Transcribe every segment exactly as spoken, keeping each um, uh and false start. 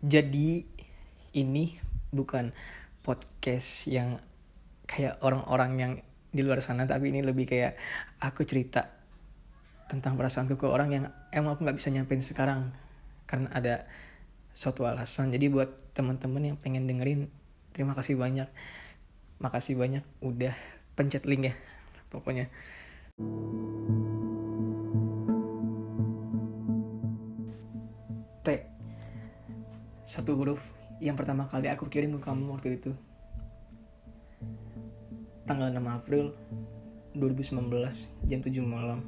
Jadi ini bukan podcast yang kayak orang-orang yang di luar sana, tapi ini lebih kayak aku cerita tentang perasaanku ke orang yang emang aku nggak bisa nyampein sekarang karena ada suatu alasan. Jadi buat teman-teman yang pengen dengerin, terima kasih banyak, makasih banyak udah pencet link ya, pokoknya. T, satu huruf yang pertama kali aku kirim ke kamu waktu itu, tanggal enam April dua ribu sembilan belas jam tujuh malam.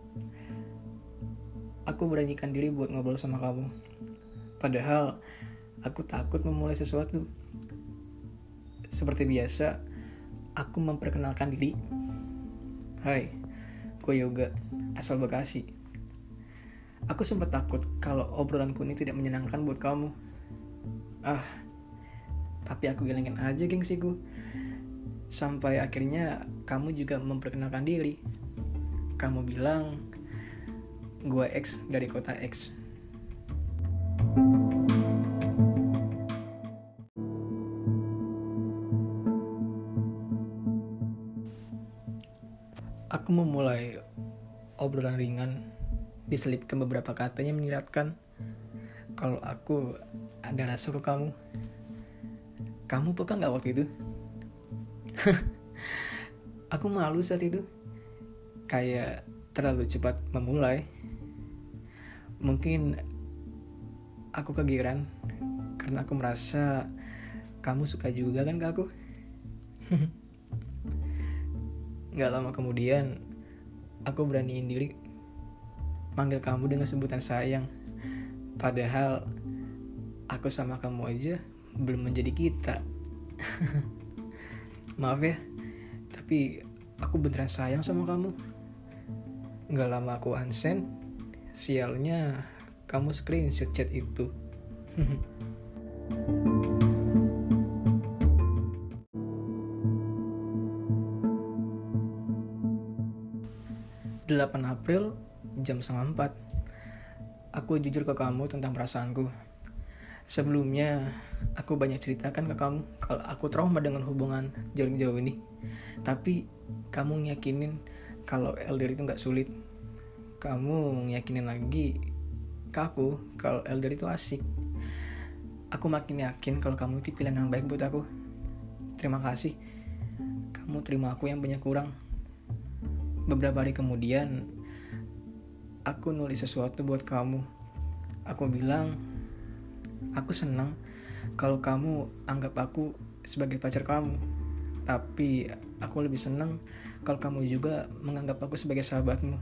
Aku beranikan diri buat ngobrol sama kamu, padahal aku takut memulai sesuatu. Seperti biasa, aku memperkenalkan diri. Hai, gue Yoga, asal Bekasi. Aku sempat takut kalau obrolanku ini tidak menyenangkan buat kamu. Ah, tapi aku gelengin aja gengsiku. Sampai akhirnya kamu juga memperkenalkan diri. Kamu bilang, gue X dari kota X. Aku memulai obrolan ringan, diselipkan beberapa kata yang menyiratkan kalau aku ada rasa ke kamu. Kamu peka gak waktu itu? Aku malu saat itu, kayak terlalu cepat memulai. Mungkin aku kegiran karena aku merasa kamu suka juga kan ke aku. Gak lama kemudian aku beraniin diri manggil kamu dengan sebutan sayang, padahal aku sama kamu aja belum menjadi kita. Maaf ya, tapi aku beneran sayang sama kamu. Gak lama aku unsend, sialnya kamu screenshot chat itu. delapan April jam setengah empat, aku jujur ke kamu tentang perasaanku. Sebelumnya aku banyak ceritakan ke kamu kalau aku trauma dengan hubungan jauh-jauh ini, tapi kamu ngiyakinin kalau L D R itu gak sulit. Kamu ngiyakinin lagi ke aku kalau L D R itu asik. Aku makin yakin kalau kamu itu pilihan yang baik buat aku. Terima kasih, kamu terima aku yang banyak kurang. Beberapa hari kemudian aku nulis sesuatu buat kamu. Aku bilang, aku senang kalau kamu anggap aku sebagai pacar kamu. Tapi aku lebih senang kalau kamu juga menganggap aku sebagai sahabatmu.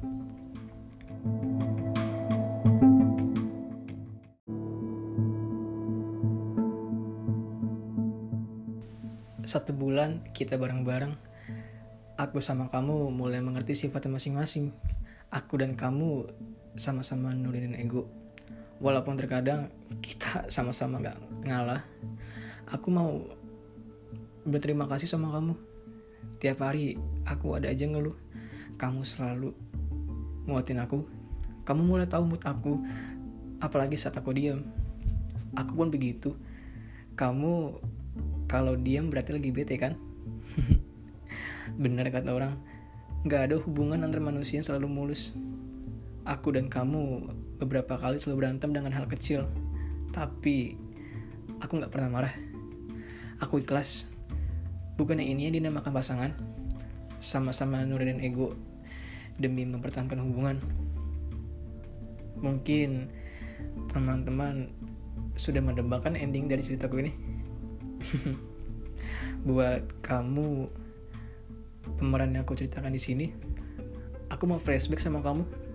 Satu bulan kita bareng-bareng. Aku sama kamu mulai mengerti sifatnya masing-masing. Aku dan kamu sama-sama nurunin ego. Walaupun terkadang kita sama-sama gak ngalah. Aku mau berterima kasih sama kamu. Tiap hari aku ada aja ngeluh. Kamu selalu nguatin aku. Kamu mulai tahu mood aku, apalagi saat aku diam. Aku pun begitu. Kamu kalau diam berarti lagi bete kan? Benar kata orang, gak ada hubungan antar manusia yang selalu mulus. Aku dan kamu beberapa kali selalu berantem dengan hal kecil, tapi aku gak pernah marah. Aku ikhlas. Bukannya ini yang dinamakan pasangan? Sama-sama nurunin ego demi mempertahankan hubungan. Mungkin teman-teman sudah mendebakkan ending dari ceritaku ini. Buat kamu, pemeran yang aku ceritakan di sini, aku mau flashback sama kamu.